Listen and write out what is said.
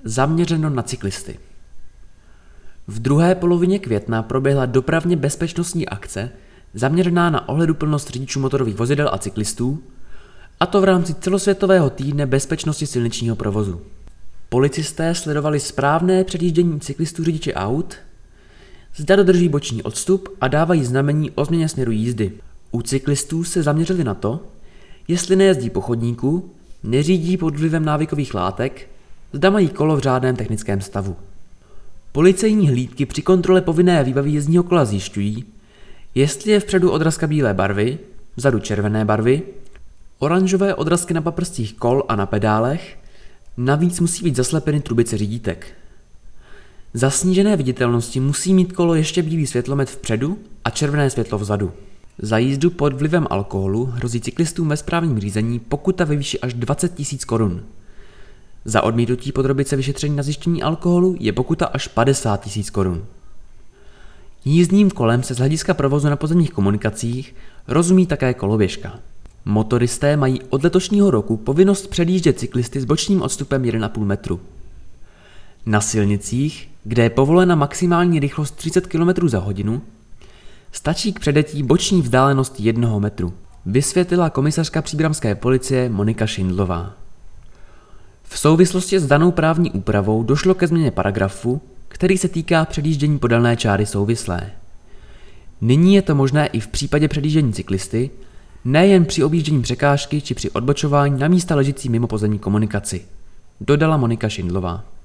zaměřeno na cyklisty. V druhé polovině května proběhla dopravně bezpečnostní akce zaměřená na ohleduplnost řidičů motorových vozidel a cyklistů, a to v rámci celosvětového týdne bezpečnosti silničního provozu. Policisté sledovali správné předjíždění cyklistů řidiči aut, zda dodrží boční odstup a dávají znamení o změně směru jízdy. U cyklistů se zaměřili na to, jestli nejezdí po chodníku, neřídí pod vlivem návykových látek, zda mají kolo v řádném technickém stavu. Policejní hlídky při kontrole povinné výbavy jízdního kola zjišťují, jestli je vpředu odrazka bílé barvy, vzadu červené barvy, oranžové odrazky na paprstích kol a na pedálech, navíc musí být zaslepeny trubice řídítek. Za snížené viditelnosti musí mít kolo ještě bílý světlomet vpředu a červené světlo vzadu. Za jízdu pod vlivem alkoholu hrozí cyklistům ve správním řízení pokuta ve výši až 20 000 korun. Za odmítnutí podrobit se vyšetření na zjištění alkoholu je pokuta až 50 000 korun. Jízdním kolem se z hlediska provozu na pozemních komunikacích rozumí také koloběžka. Motoristé mají od letošního roku povinnost předjíždět cyklisty s bočním odstupem 1,5 metru. Na silnicích, kde je povolena maximální rychlost 30 km za hodinu, stačí k předjetí boční vzdálenost 1 metru, vysvětlila komisařka příbramské policie Monika Šindlová. V souvislosti s danou právní úpravou došlo ke změně paragrafu, který se týká předjíždění podélné čáry souvislé. Nyní je to možné i v případě předjíždění cyklisty, nejen při objíždění překážky či při odbočování na místa ležící mimo pozemní komunikaci, dodala Monika Šindlová.